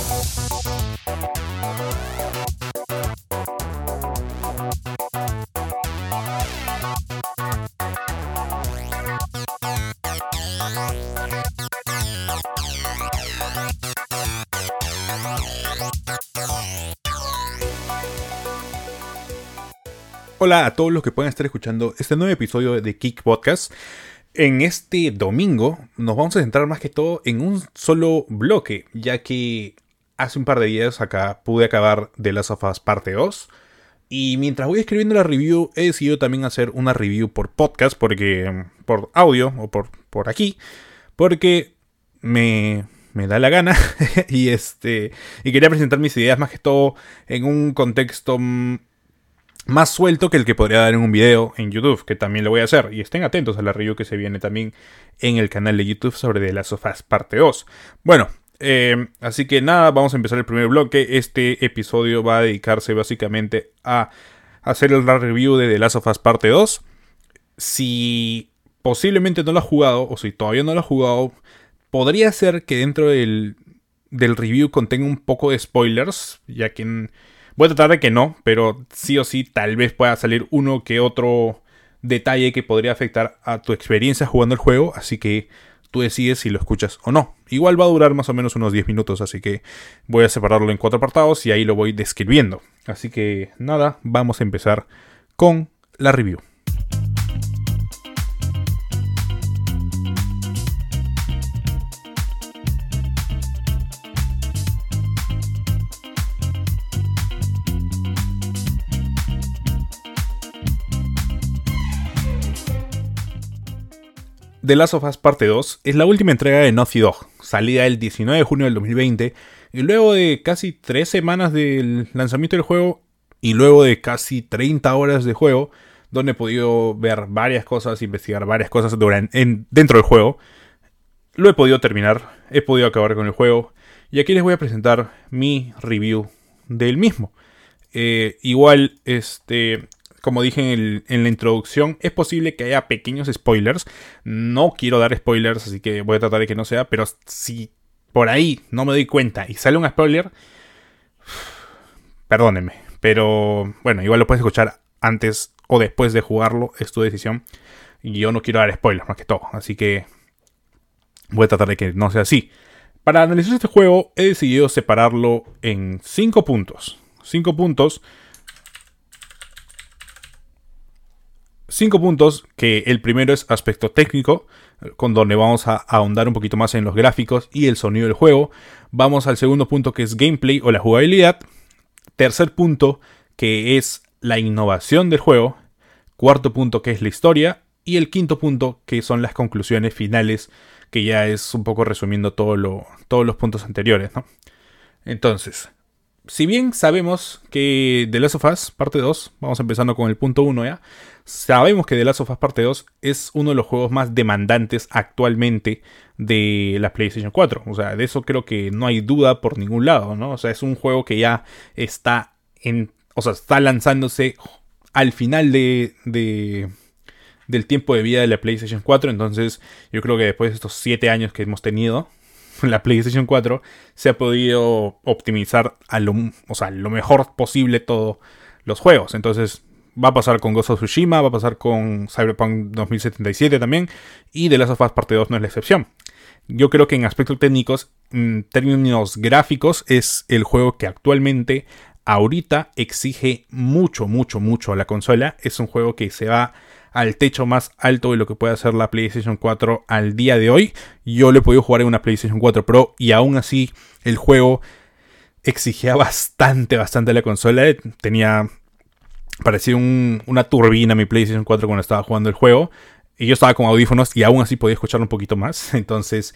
Hola a todos los que puedan estar escuchando este nuevo episodio de Kick Podcast. En este domingo nos vamos a centrar más que todo en un solo bloque, ya que hace un par de días acá pude acabar The Last of Us Parte 2. Y mientras voy escribiendo la review, he decidido también hacer una review por podcast, por audio o por aquí, porque me da la gana y quería presentar mis ideas más que todo en un contexto más suelto que el que podría dar en un video en YouTube, que también lo voy a hacer. Y estén atentos a la review que se viene también en el canal de YouTube sobre The Last of Us Parte 2. Bueno, así que nada, vamos a empezar el primer bloque. Este episodio va a dedicarse básicamente a hacer la review de The Last of Us Parte 2. Si posiblemente no lo has jugado, o si todavía no lo has jugado, podría ser que dentro del review contenga un poco de spoilers, ya que voy a tratar de que no, pero sí o sí tal vez pueda salir uno que otro detalle que podría afectar a tu experiencia jugando el juego, así que tú decides si lo escuchas o no. Igual va a durar más o menos unos 10 minutos, así que voy a separarlo en 4 apartados y ahí lo voy describiendo. Así que nada, vamos a empezar con la review. The Last of Us Parte 2 es la última entrega de Naughty Dog, salida el 19 de junio del 2020, y luego de casi 3 semanas del lanzamiento del juego, y luego de casi 30 horas de juego, donde he podido ver varias cosas, investigar varias cosas dentro del juego, lo he podido terminar, he podido acabar con el juego, y aquí les voy a presentar mi review del mismo. Como dije en la introducción, es posible que haya pequeños spoilers. No quiero dar spoilers, así que voy a tratar de que no sea. Pero si por ahí no me doy cuenta y sale un spoiler, perdónenme. Pero bueno, igual lo puedes escuchar antes o después de jugarlo. Es tu decisión. Y yo no quiero dar spoilers más que todo. Así que voy a tratar de que no sea así. Para analizar este juego he decidido separarlo en 5 puntos. 5 puntos. 5 puntos, que el primero es aspecto técnico, con donde vamos a ahondar un poquito más en los gráficos y el sonido del juego. Vamos al segundo punto, que es gameplay o la jugabilidad. Tercer punto, que es la innovación del juego. Cuarto punto, que es la historia. Y el quinto punto, que son las conclusiones finales, que ya es un poco resumiendo todos los puntos anteriores, ¿no? Entonces, si bien sabemos que The Last of Us Parte 2, vamos empezando con el punto 1 ya, sabemos que The Last of Us Parte 2 es uno de los juegos más demandantes actualmente de la PlayStation 4. O sea, de eso creo que no hay duda por ningún lado, ¿no? O sea, es un juego que ya está está lanzándose al final del tiempo de vida de la PlayStation 4. Entonces, yo creo que después de estos 7 años que hemos tenido la PlayStation 4, se ha podido optimizar a lo mejor posible todos los juegos. Entonces va a pasar con Ghost of Tsushima, va a pasar con Cyberpunk 2077 también, y The Last of Us Parte 2 no es la excepción. Yo creo que en aspectos técnicos, en términos gráficos, es el juego que actualmente, ahorita, exige mucho a la consola. Es un juego que se va al techo más alto de lo que puede hacer la PlayStation 4 al día de hoy. Yo lo he podido jugar en una PlayStation 4 Pro y aún así el juego exigía bastante a la consola. Parecía una turbina mi PlayStation 4 cuando estaba jugando el juego. Y yo estaba con audífonos y aún así podía escucharlo un poquito más. Entonces,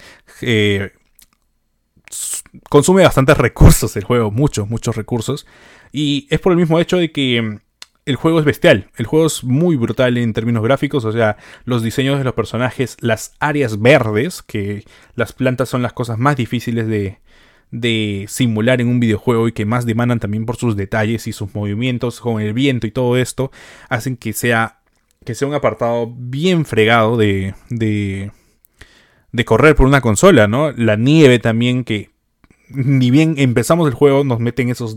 consume bastantes recursos el juego, muchos recursos. Y es por el mismo hecho de que el juego es bestial. El juego es muy brutal en términos gráficos. O sea, los diseños de los personajes, las áreas verdes, que las plantas son las cosas más difíciles de simular en un videojuego y que más demandan también por sus detalles y sus movimientos con el viento y todo esto, hacen que sea un apartado bien fregado de correr por una consola, ¿no? La nieve también, que ni bien empezamos el juego, nos meten esos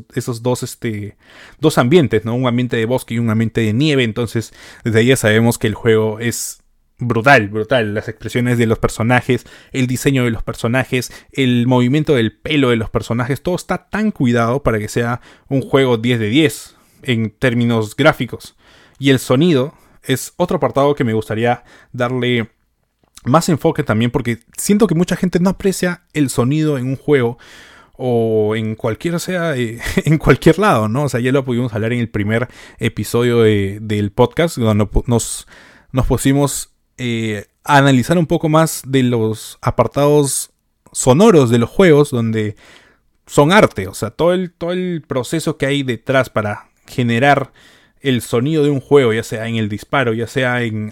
dos ambientes, ¿no? Un ambiente de bosque y un ambiente de nieve. Entonces, desde ahí ya sabemos que el juego es brutal, brutal. Las expresiones de los personajes, el diseño de los personajes, el movimiento del pelo de los personajes, todo está tan cuidado para que sea un juego 10 de 10 en términos gráficos. Y el sonido es otro apartado que me gustaría darle más enfoque también, porque siento que mucha gente no aprecia el sonido en un juego o en cualquier en cualquier lado, ¿no? O sea, ya lo pudimos hablar en el primer episodio del podcast, donde nos pusimos a analizar un poco más de los apartados sonoros de los juegos, donde son arte. O sea, todo el proceso que hay detrás para generar el sonido de un juego, ya sea en el disparo, ya sea en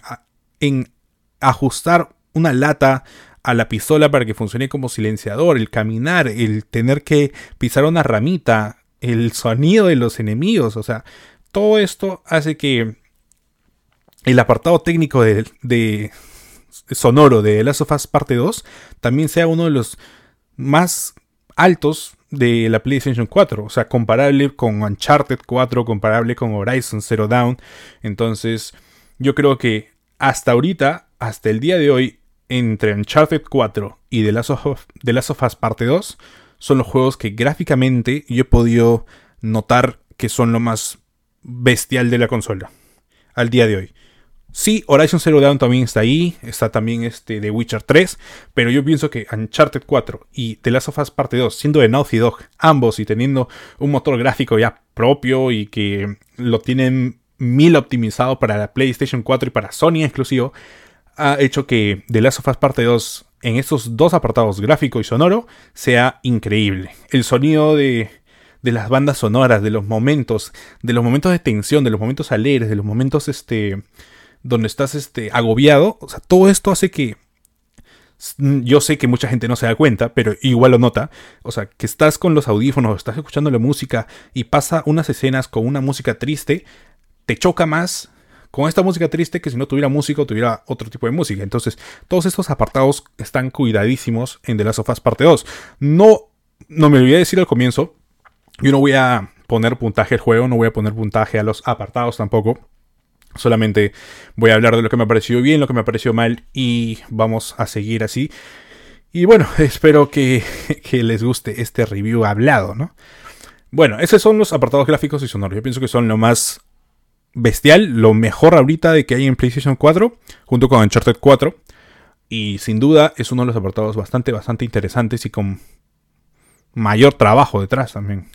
ajustar una lata a la pistola para que funcione como silenciador, el caminar, el tener que pisar una ramita, el sonido de los enemigos. O sea, todo esto hace que el apartado técnico de sonoro de The Last of Us Parte 2 también sea uno de los más altos de la PlayStation 4. O sea, comparable con Uncharted 4, comparable con Horizon Zero Dawn. Entonces, yo creo que hasta ahorita, hasta el día de hoy, entre Uncharted 4 y The Last of Us Parte 2, son los juegos que gráficamente yo he podido notar que son lo más bestial de la consola al día de hoy. Sí, Horizon Zero Dawn también está ahí, está también The Witcher 3, pero yo pienso que Uncharted 4 y The Last of Us Parte 2, siendo de Naughty Dog, ambos y teniendo un motor gráfico ya propio y que lo tienen 1000 optimizado para la PlayStation 4 y para Sony exclusivo, ha hecho que The Last of Us Parte 2 en estos dos apartados, gráfico y sonoro, sea increíble. El sonido de las bandas sonoras, de los momentos de tensión, de los momentos alegres, de los momentos donde estás agobiado. O sea, todo esto hace que, yo sé que mucha gente no se da cuenta, pero igual lo nota. O sea, que estás con los audífonos, estás escuchando la música y pasa unas escenas con una música triste, te choca más con esta música triste que si no tuviera música o tuviera otro tipo de música. Entonces, todos estos apartados están cuidadísimos en The Last of Us Parte 2. No me olvidé decir al comienzo, yo no voy a poner puntaje al juego, no voy a poner puntaje a los apartados tampoco. Solamente voy a hablar de lo que me ha parecido bien, lo que me ha parecido mal, y vamos a seguir así. Y bueno, espero que les guste este review hablado, ¿no? Bueno, esos son los apartados gráficos y sonoros. Yo pienso que son lo más bestial, lo mejor ahorita de que hay en PlayStation 4, junto con Uncharted 4. Y sin duda es uno de los apartados bastante interesantes y con mayor trabajo detrás también.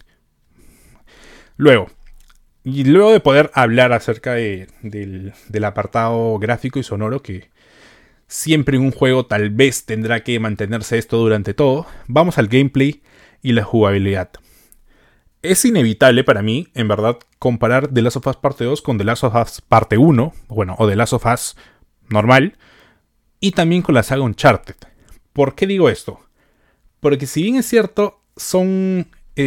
Luego de poder hablar acerca del apartado gráfico y sonoro, que siempre en un juego tal vez tendrá que mantenerse esto durante todo, vamos al gameplay y la jugabilidad. Es inevitable para mí, en verdad, comparar The Last of Us Parte 2 con The Last of Us Parte 1, o The Last of Us normal, y también con la saga Uncharted. ¿Por qué digo esto? Porque si bien es cierto, son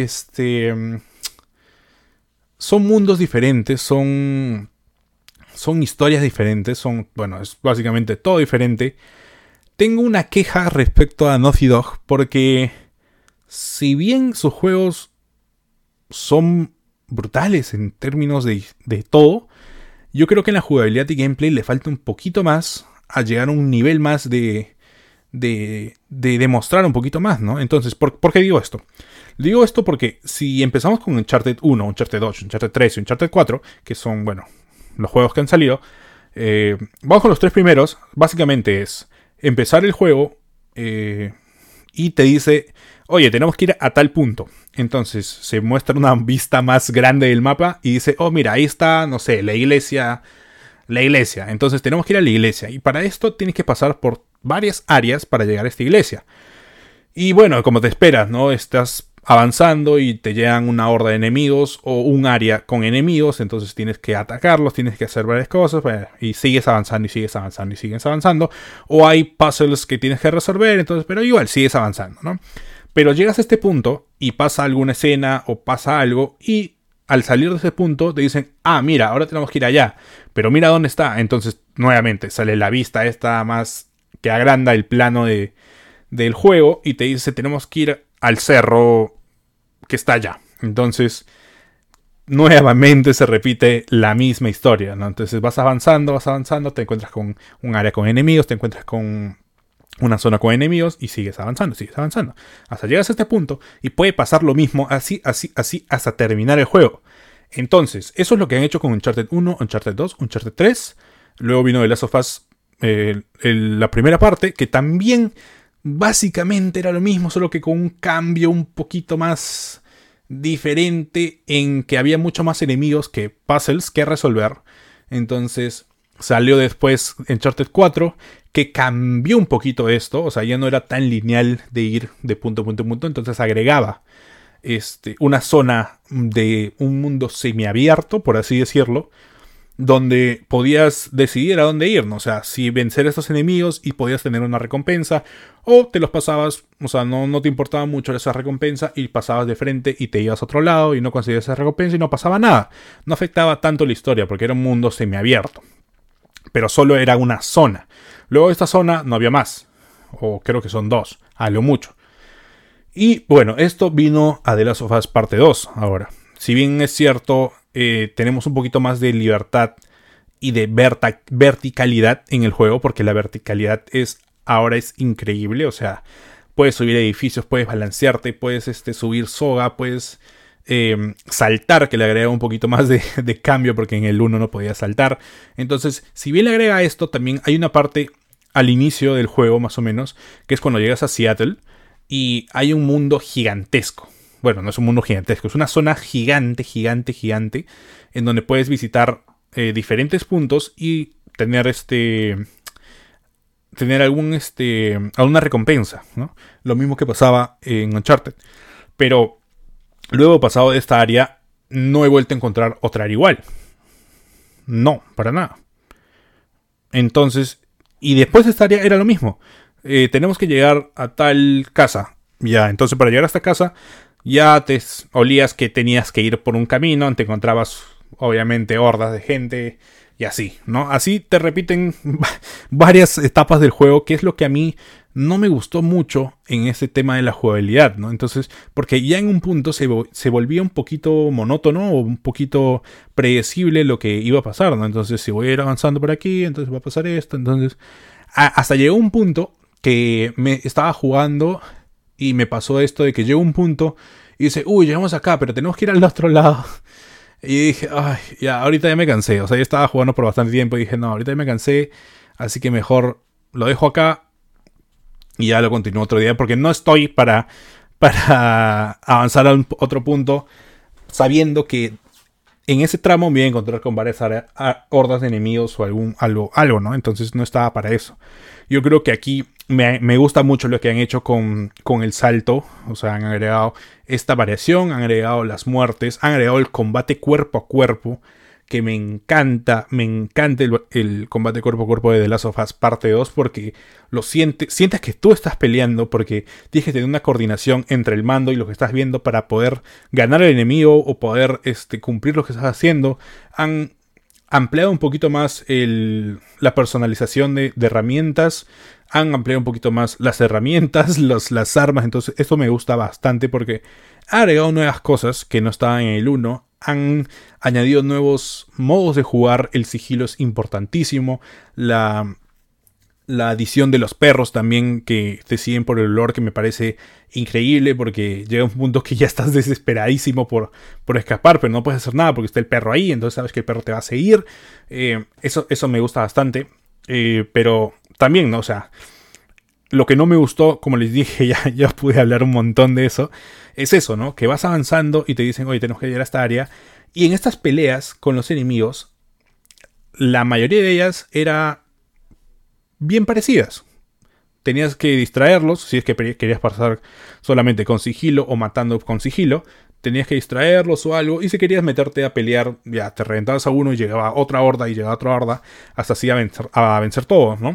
mundos diferentes, son historias diferentes, es básicamente todo diferente. Tengo una queja respecto a Naughty Dog, porque si bien sus juegos son brutales en términos de todo, yo creo que en la jugabilidad y gameplay le falta un poquito más a llegar a un nivel más de demostrar un poquito más, ¿no? Entonces, ¿por qué digo esto? Digo esto porque si empezamos con Uncharted 1, Uncharted 2, Uncharted 3 y Uncharted 4, que son, los juegos que han salido, vamos con los tres primeros. Básicamente es empezar el juego y te dice, oye, tenemos que ir a tal punto. Entonces se muestra una vista más grande del mapa y dice, oh, mira, ahí está, no sé, la iglesia. Entonces tenemos que ir a la iglesia. Y para esto tienes que pasar por varias áreas para llegar a esta iglesia. Y bueno, como te esperas, ¿no? Estás avanzando y te llegan una horda de enemigos o un área con enemigos. Entonces tienes que atacarlos, tienes que hacer varias cosas. Y sigues avanzando y sigues avanzando y sigues avanzando. O hay puzzles que tienes que resolver, entonces, pero igual sigues avanzando, ¿no? Pero llegas a este punto y pasa alguna escena o pasa algo y al salir de ese punto te dicen, mira, ahora tenemos que ir allá, pero mira dónde está. Entonces nuevamente sale la vista esta más que agranda el plano del juego y te dice, tenemos que ir al cerro que está allá. Entonces, nuevamente se repite la misma historia, ¿no? Entonces vas avanzando, te encuentras con un área con enemigos, te encuentras con una zona con enemigos y sigues avanzando. Hasta llegas a este punto y puede pasar lo mismo así, hasta terminar el juego. Entonces, eso es lo que han hecho con Uncharted 1, Uncharted 2, Uncharted 3. Luego vino The Last of Us, la primera parte, que también básicamente era lo mismo, solo que con un cambio un poquito más diferente en que había mucho más enemigos que puzzles que resolver. Entonces salió después Uncharted 4, que cambió un poquito esto, o sea, ya no era tan lineal de ir de punto a punto a punto, entonces agregaba una zona de un mundo semiabierto, por así decirlo, donde podías decidir a dónde ir, ¿no? O sea, si vencer a estos enemigos y podías tener una recompensa, o te los pasabas, o sea, no te importaba mucho esa recompensa y pasabas de frente y te ibas a otro lado y no conseguías esa recompensa y no pasaba nada. No afectaba tanto la historia porque era un mundo semiabierto, pero solo era una zona. Luego de esta zona no había más, o creo que son 2, a lo mucho. Y bueno, esto vino a The Last of Us parte 2 ahora. Si bien es cierto, tenemos un poquito más de libertad y de verticalidad en el juego, porque la verticalidad ahora es increíble. O sea, puedes subir edificios, puedes balancearte, puedes subir soga, puedes saltar, que le agrega un poquito más de cambio, porque en el 1 no podía saltar. Entonces, si bien le agrega esto, también hay una parte al inicio del juego, más o menos, que es cuando llegas a Seattle y hay un mundo gigantesco. Bueno, no es un mundo gigantesco, es una zona gigante, en donde puedes visitar diferentes puntos y tener alguna recompensa, ¿no? Lo mismo que pasaba en Uncharted. Pero luego, pasado de esta área, no he vuelto a encontrar otra área igual. No, para nada. Entonces, y después de esta área era lo mismo. Tenemos que llegar a tal casa. Ya, entonces para llegar a esta casa ya te olías que tenías que ir por un camino, te encontrabas obviamente hordas de gente y así, ¿no? Así te repiten varias etapas del juego, que es lo que a mí no me gustó mucho en este tema de la jugabilidad, ¿no? Entonces, porque ya en un punto se volvía un poquito monótono o un poquito predecible lo que iba a pasar, ¿no? Entonces, si voy a ir avanzando por aquí, entonces va a pasar esto, entonces... Hasta llegó un punto que me estaba jugando y me pasó esto de que llegó un punto y dice, uy, llegamos acá, pero tenemos que ir al otro lado. Y dije, ay, ya, ahorita ya me cansé. O sea, yo estaba jugando por bastante tiempo y dije, no, ahorita ya me cansé, así que mejor lo dejo acá y ya lo continúo otro día, porque no estoy para avanzar a otro punto sabiendo que en ese tramo me voy a encontrar con varias hordas de enemigos o algo, ¿no? Entonces no estaba para eso. Yo creo que aquí me gusta mucho lo que han hecho con el salto. O sea, han agregado esta variación, han agregado las muertes, han agregado el combate cuerpo a cuerpo, que me encanta el combate cuerpo a cuerpo de The Last of Us parte 2, porque sientes que tú estás peleando, porque tienes que tener una coordinación entre el mando y lo que estás viendo para poder ganar al enemigo o poder cumplir lo que estás haciendo. Han ampliado un poquito más la personalización de herramientas, han ampliado un poquito más las herramientas, las armas. Entonces esto me gusta bastante porque ha agregado nuevas cosas que no estaban en el 1. Han añadido nuevos modos de jugar. El sigilo es importantísimo. La adición de los perros también, que te siguen por el olor, que me parece increíble, porque llega un punto que ya estás desesperadísimo por escapar, pero no puedes hacer nada porque está el perro ahí, entonces sabes que el perro te va a seguir. Eso me gusta bastante. Pero también, ¿no? O sea, lo que no me gustó, como les dije, ya pude hablar un montón de eso, es eso, ¿no? Que vas avanzando y te dicen, oye, tenemos que llegar a esta área. Y en estas peleas con los enemigos, la mayoría de ellas era bien parecidas. Tenías que distraerlos, si es que querías pasar solamente con sigilo o matando con sigilo, tenías que distraerlos o algo, y si querías meterte a pelear, ya te reventabas a uno y llegaba otra horda y llegaba otra horda, hasta así a vencer todos, ¿no?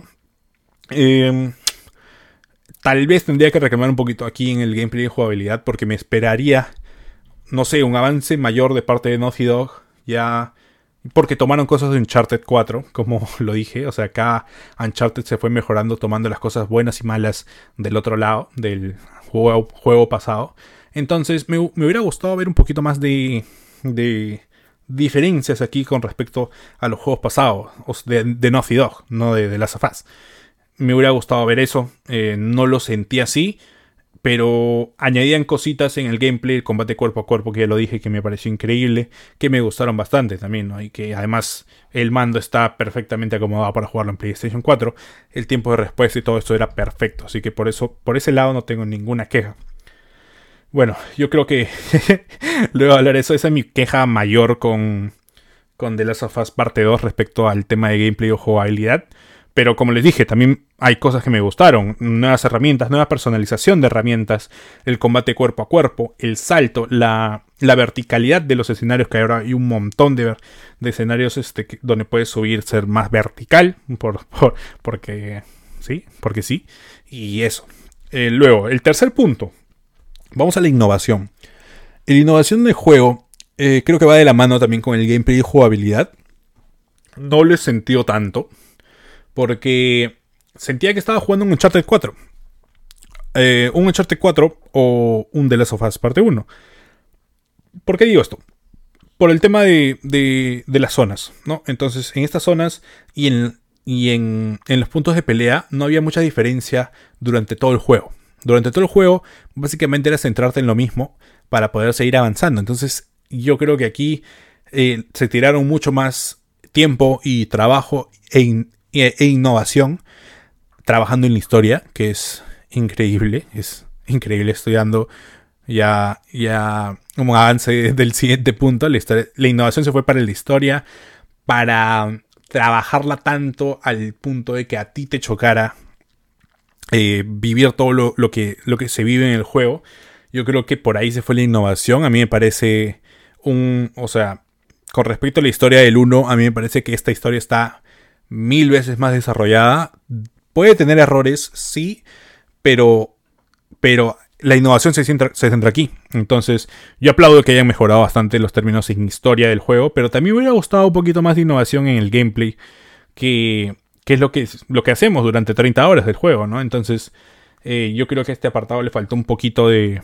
Tal vez tendría que reclamar un poquito aquí en el gameplay de jugabilidad, porque me esperaría, no sé, un avance mayor de parte de Naughty Dog, ya... Porque tomaron cosas de Uncharted 4, como lo dije. O sea, acá Uncharted se fue mejorando, tomando las cosas buenas y malas del otro lado, del juego pasado. Entonces me hubiera gustado ver un poquito más de diferencias aquí con respecto a los juegos pasados de Naughty Dog, no de The Last of Us. Me hubiera gustado ver eso, no lo sentí así, pero añadían cositas en el gameplay, el combate cuerpo a cuerpo, que ya lo dije, que me pareció increíble, que me gustaron bastante también, ¿no? Y que además el mando está perfectamente acomodado para jugarlo en PlayStation 4, el tiempo de respuesta y todo esto era perfecto, así que por eso, por ese lado no tengo ninguna queja. Bueno, yo creo que luego de hablar de eso, esa es mi queja mayor con The Last of Us Parte 2 respecto al tema de gameplay o jugabilidad. Pero como les dije, también hay cosas que me gustaron. Nuevas herramientas, nueva personalización de herramientas, el combate cuerpo a cuerpo, el salto, la verticalidad de los escenarios, que ahora hay un montón de escenarios donde puedes subir, ser más vertical, porque sí, y eso. Luego, el tercer punto. Vamos a la innovación. La innovación del juego creo que va de la mano también con el gameplay y jugabilidad. No lo he sentido tanto, porque sentía que estaba jugando un Uncharted 4. Un Uncharted 4 o un The Last of Us Parte 1. ¿Por qué digo esto? Por el tema de las zonas, ¿no? Entonces, en estas zonas y en los puntos de pelea no había mucha diferencia durante todo el juego. Durante todo el juego, básicamente era centrarte en lo mismo para poder seguir avanzando. Entonces, yo creo que aquí se tiraron mucho más tiempo y trabajo e innovación trabajando en la historia, que es increíble. Es increíble. Estoy dando ya un avance del siguiente punto. La innovación se fue para la historia, para trabajarla tanto al punto de que a ti te chocara vivir todo lo que se vive en el juego. Yo creo que por ahí se fue la innovación. A mí me parece o sea, con respecto a la historia del 1, a mí me parece que esta historia está 1000 veces más desarrollada. Puede tener errores, sí, pero la innovación se centra aquí. Entonces, yo aplaudo que hayan mejorado bastante los términos en historia del juego, pero también me hubiera gustado un poquito más de innovación en el gameplay, que es lo que hacemos durante 30 horas del juego, ¿no? Entonces, yo creo que a este apartado le faltó un poquito de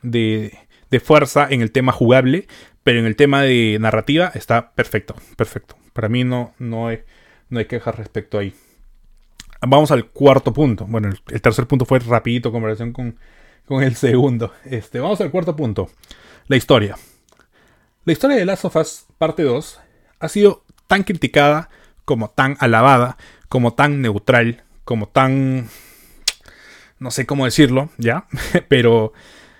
fuerza en el tema jugable, pero en el tema de narrativa está perfecto. Para mí no hay quejas respecto ahí. Vamos al cuarto punto. Bueno, el tercer punto fue rapidito en comparación con el segundo. Vamos al cuarto punto. La historia. La historia de Last of Us Parte 2 ha sido tan criticada como tan alabada, como tan neutral, como tan... no sé cómo decirlo, ¿ya? Pero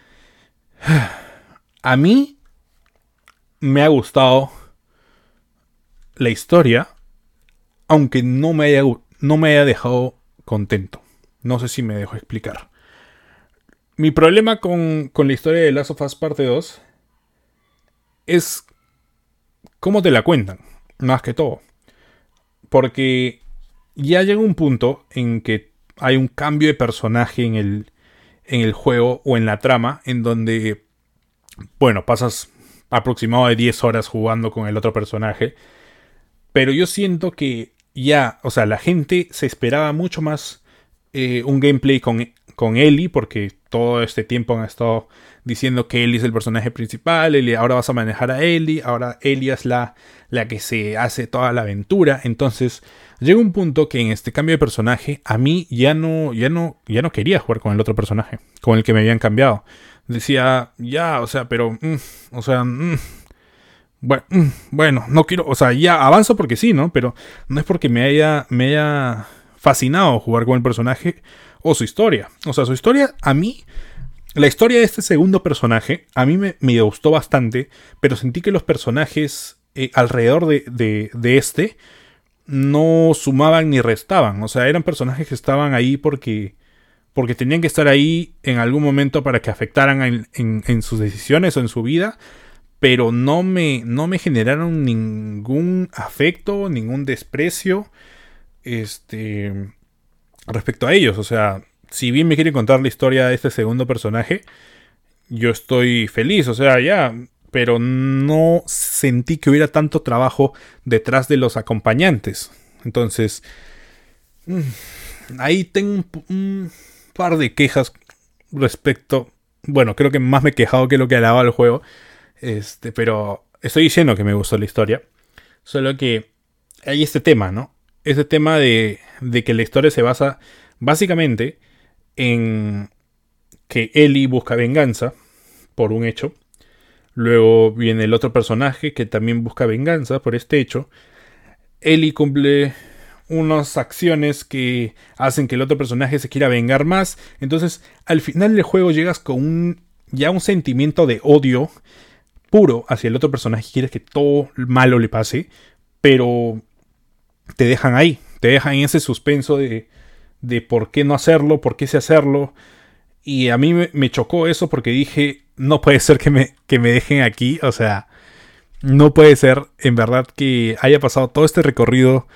a mí me ha gustado la historia, aunque no me haya dejado contento. No sé si me dejo explicar. Mi problema con la historia de Last of Us Parte 2 es cómo te la cuentan, más que todo. Porque ya llega un punto en que hay un cambio de personaje en el juego o en la trama, en donde, bueno, pasas aproximado de 10 horas jugando con el otro personaje. Pero yo siento que ya, o sea, la gente se esperaba mucho más un gameplay con Ellie, porque todo este tiempo han estado diciendo que Ellie es el personaje principal, ahora vas a manejar a Ellie, ahora Ellie es la que se hace toda la aventura. Entonces llega un punto que en este cambio de personaje a mí ya no quería jugar con el otro personaje, con el que me habían cambiado. Decía, ya, o sea, pero, bueno, no quiero, o sea, ya avanzo porque sí, ¿no? Pero no es porque me haya fascinado jugar con el personaje o su historia. O sea, su historia, a mí, la historia de este segundo personaje, a mí me gustó bastante, pero sentí que los personajes alrededor de este no sumaban ni restaban. O sea, eran personajes que estaban ahí porque tenían que estar ahí en algún momento para que afectaran en sus decisiones o en su vida, pero no me generaron ningún afecto, ningún desprecio respecto a ellos. O sea, si bien me quieren contar la historia de este segundo personaje, yo estoy feliz, o sea, ya, pero no sentí que hubiera tanto trabajo detrás de los acompañantes. Entonces, ahí tengo un par de quejas respecto... Bueno, creo que más me he quejado que lo que alababa el juego. Pero estoy diciendo que me gustó la historia. Solo que hay este tema, ¿no? Ese tema de que la historia se basa básicamente en que Ellie busca venganza por un hecho. Luego viene el otro personaje que también busca venganza por este hecho. Ellie cumple unas acciones que hacen que el otro personaje se quiera vengar más. Entonces, al final del juego llegas con ya un sentimiento de odio puro hacia el otro personaje. Quieres que todo malo le pase, pero te dejan ahí. Te dejan en ese suspenso de por qué no hacerlo, por qué sí hacerlo. Y a mí me chocó eso porque dije, no puede ser que me dejen aquí. O sea, no puede ser en verdad que haya pasado todo este recorrido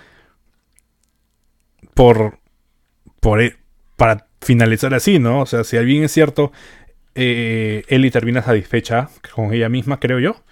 para finalizar así, ¿no? O sea, si bien es cierto, Ellie termina satisfecha con ella misma, creo yo.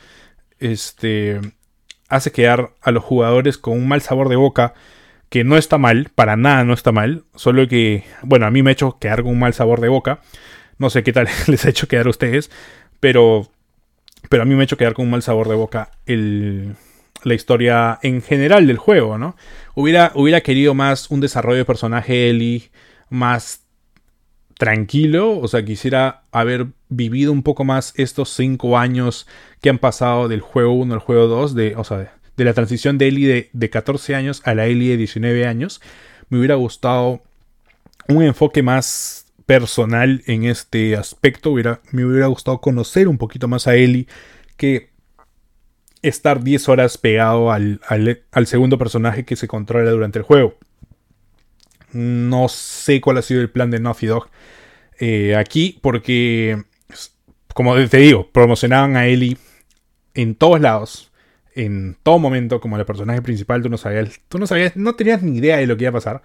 Hace quedar a los jugadores con un mal sabor de boca, que no está mal, para nada no está mal, solo que, bueno, a mí me ha hecho quedar con un mal sabor de boca. No sé qué tal les ha hecho quedar a ustedes, pero a mí me ha hecho quedar con un mal sabor de boca la historia en general del juego, ¿no? Hubiera querido más un desarrollo de personaje Ellie más tranquilo, o sea, quisiera haber vivido un poco más estos 5 años que han pasado del juego 1 al juego 2, de la transición de Ellie de 14 años a la Ellie de 19 años. Me hubiera gustado un enfoque más personal en este aspecto. Me hubiera gustado conocer un poquito más a Ellie que estar 10 horas pegado al segundo personaje que se controla durante el juego. No sé cuál ha sido el plan de Naughty Dog aquí, porque, como te digo, promocionaban a Ellie en todos lados, en todo momento, como el personaje principal. Tú no sabías, no tenías ni idea de lo que iba a pasar.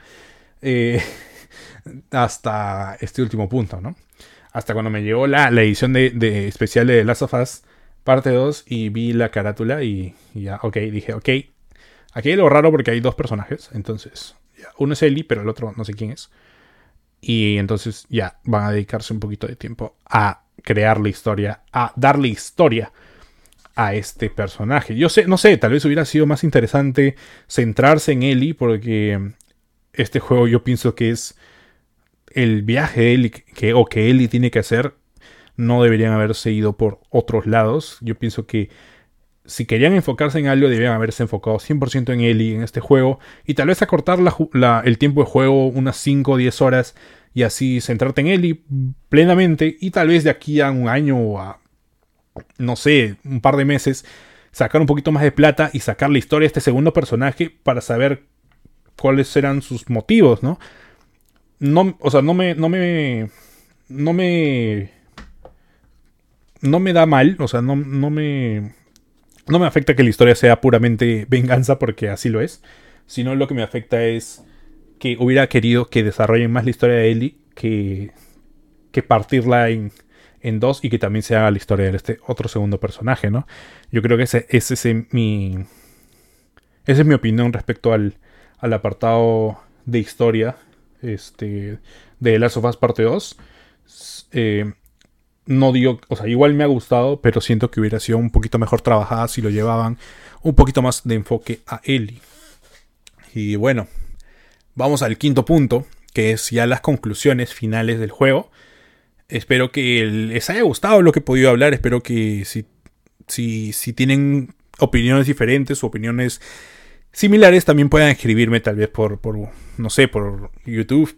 Hasta este último punto, ¿no? Hasta cuando me llegó la edición de especial de The Last of Us parte 2 y vi la carátula y ya, dije, aquí hay lo raro porque hay 2 personajes, entonces, ya, uno es Ellie, pero el otro no sé quién es. Y entonces ya van a dedicarse un poquito de tiempo a crear la historia, a darle historia a este personaje. No sé, tal vez hubiera sido más interesante centrarse en Ellie, porque este juego yo pienso que es el viaje de Ellie que Ellie tiene que hacer. No deberían haberse ido por otros lados. Yo pienso que si querían enfocarse en algo, deberían haberse enfocado 100% en Ellie, en este juego, y tal vez acortar el tiempo de juego unas 5 o 10 horas, y así centrarte en Ellie plenamente, y tal vez de aquí a un año o a, no sé, un par de meses, sacar un poquito más de plata y sacar la historia de este segundo personaje para saber cuáles eran sus motivos, ¿no? O sea, no me da mal, o sea, no me afecta que la historia sea puramente venganza, porque así lo es. Sino lo que me afecta es que hubiera querido que desarrollen más la historia de Ellie, que partirla en 2, y que también se haga la historia de este otro segundo personaje, ¿no? Yo creo que esa es mi opinión respecto al apartado de historia de The Last of Us parte 2. No digo, o sea, igual me ha gustado, pero siento que hubiera sido un poquito mejor trabajada si lo llevaban un poquito más de enfoque a Ellie. Y bueno, vamos al quinto punto, que es ya las conclusiones finales del juego. Espero que les haya gustado lo que he podido hablar. Espero que si tienen opiniones diferentes o opiniones similares, también puedan escribirme tal vez por no sé, por YouTube,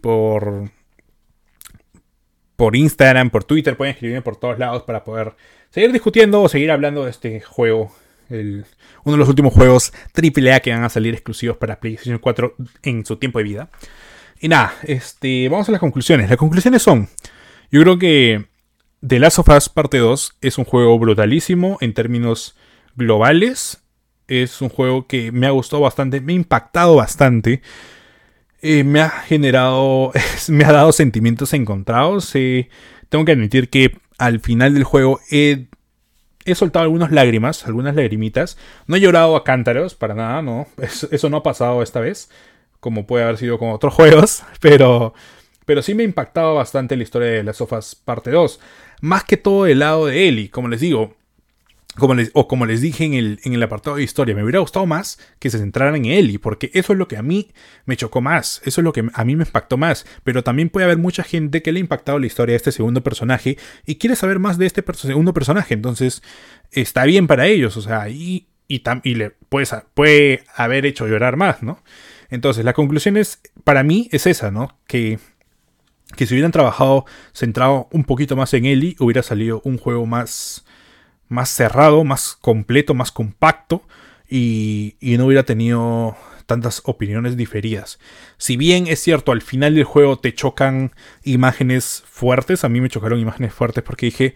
por Instagram, por Twitter. Pueden escribirme por todos lados para poder seguir discutiendo o seguir hablando de este juego. Uno de los últimos juegos AAA que van a salir exclusivos para PlayStation 4 en su tiempo de vida. Y nada, vamos a las conclusiones. Las conclusiones son: yo creo que The Last of Us Parte 2 es un juego brutalísimo en términos globales. Es un juego que me ha gustado bastante, me ha impactado bastante. Me ha generado, me ha dado sentimientos encontrados. Tengo que admitir que al final del juego he soltado algunas lagrimitas. No he llorado a cántaros, para nada, no. Eso no ha pasado esta vez, como puede haber sido con otros juegos, pero Pero sí me ha impactado bastante la historia de Last of Us Parte 2. Más que todo del lado de Ellie, como les digo. Como les dije en el apartado de historia, me hubiera gustado más que se centraran en Ellie, porque eso es lo que a mí me chocó más, eso es lo que a mí me impactó más, pero también puede haber mucha gente que le ha impactado la historia de este segundo personaje y quiere saber más de este segundo personaje, entonces está bien para ellos, o sea, y le puede haber hecho llorar más, ¿no? Entonces la conclusión para mí es esa, ¿no? Que si hubieran centrado un poquito más en Ellie, hubiera salido un juego más cerrado, más completo, más compacto y no hubiera tenido tantas opiniones diferidas. Si bien es cierto, al final del juego te chocan imágenes fuertes, a mí me chocaron imágenes fuertes porque dije,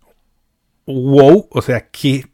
wow, o sea, qué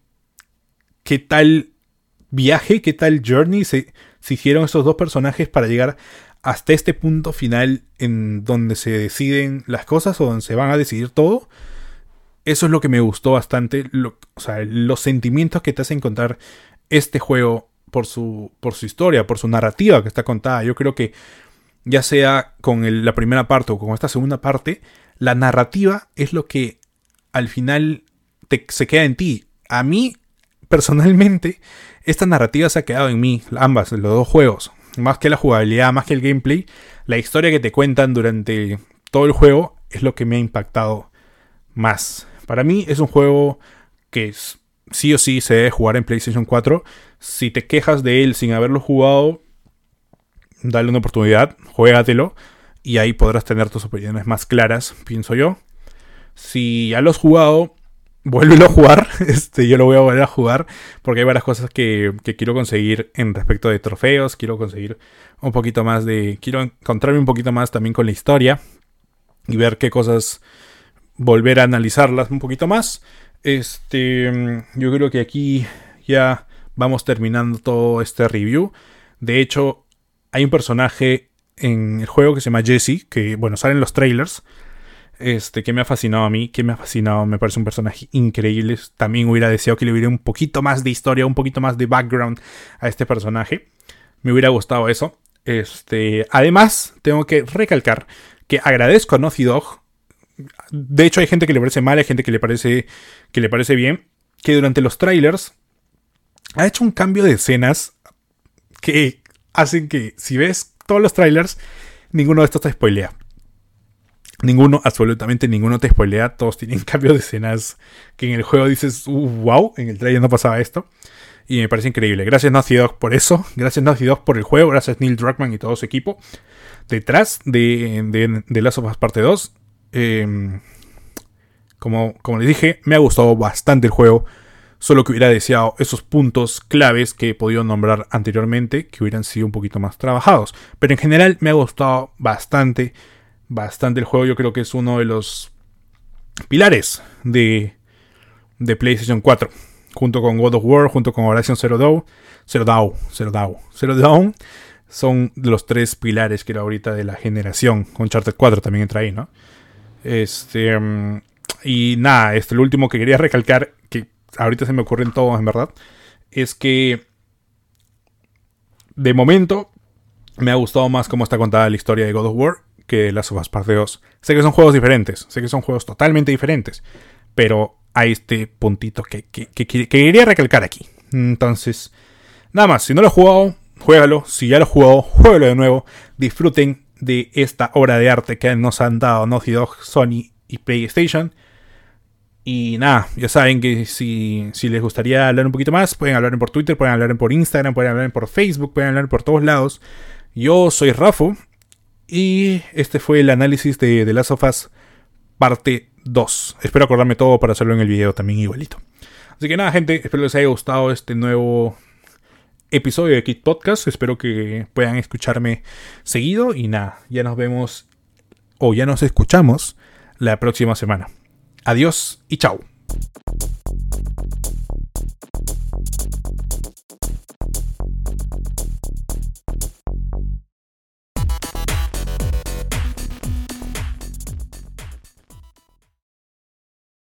tal viaje, qué tal journey se hicieron estos dos personajes para llegar hasta este punto final en donde se deciden las cosas o donde se van a decidir todo. Eso es lo que me gustó bastante, o sea, los sentimientos que te hace encontrar este juego por su historia, por su narrativa que está contada. Yo creo que ya sea con la primera parte o con esta segunda parte, la narrativa es lo que al final se queda en ti. A mí, personalmente, esta narrativa se ha quedado en mí, ambas, los dos juegos. Más que la jugabilidad, más que el gameplay, la historia que te cuentan durante todo el juego es lo que me ha impactado más. Para mí es un juego que sí o sí se debe jugar en PlayStation 4. Si te quejas de él sin haberlo jugado, dale una oportunidad, juégatelo y ahí podrás tener tus opiniones más claras, pienso yo. Si ya lo has jugado, vuélvelo a jugar. Yo lo voy a volver a jugar porque hay varias cosas que quiero conseguir en respecto de trofeos. Quiero conseguir un poquito más quiero encontrarme un poquito más también con la historia y ver qué cosas, volver a analizarlas un poquito más. Yo creo que aquí ya vamos terminando todo este review. De hecho, hay un personaje en el juego que se llama Jesse, que bueno, sale en los trailers, que me ha fascinado a mí, me parece un personaje increíble. También hubiera deseado que le hubiera un poquito más de historia, un poquito más de background a este personaje. Me hubiera gustado eso. Además, tengo que recalcar que agradezco a Naughty Dog. De hecho, hay gente que le parece mal, hay gente que le parece bien, que durante los trailers ha hecho un cambio de escenas que hacen que, si ves todos los trailers, ninguno de estos te spoilea. Absolutamente ninguno te spoilea. Todos tienen cambio de escenas que en el juego dices, wow, en el trailer no pasaba esto. Y me parece increíble. Gracias Naughty Dog por eso. Gracias Naughty Dog por el juego. Gracias Neil Druckmann y todo su equipo detrás de Last of Us Parte 2. Como les dije, me ha gustado bastante el juego. Solo que hubiera deseado esos puntos claves que he podido nombrar anteriormente, que hubieran sido un poquito más trabajados. Pero en general me ha gustado bastante el juego. Yo creo que es uno de los pilares de PlayStation 4. Junto con God of War, junto con Horizon Zero Dawn. Son los tres pilares que era ahorita de la generación. Uncharted 4 también entra ahí, ¿no? Y nada, lo último que quería recalcar, que ahorita se me ocurren todos en verdad, es que de momento me ha gustado más cómo está contada la historia de God of War que Last of Us Parte 2. Sé que son juegos diferentes, sé que son juegos totalmente diferentes, pero hay este puntito que quería recalcar aquí. Entonces, nada más, si no lo has jugado, juégalo. Si ya lo has jugado, juégalo de nuevo. Disfruten de esta obra de arte que nos han dado Naughty Dog, Sony y PlayStation. Y nada, ya saben que si les gustaría hablar un poquito más, pueden hablar por Twitter, pueden hablar por Instagram, pueden hablar por Facebook, pueden hablar por todos lados. Yo soy Rafa y este fue el análisis de The Last of Us Parte 2. Espero acordarme todo para hacerlo en el video también igualito. Así que nada, gente, espero les haya gustado este nuevo episodio de Kid Podcast. Espero que puedan escucharme seguido y nada, ya nos vemos o ya nos escuchamos la próxima semana. Adiós y chao.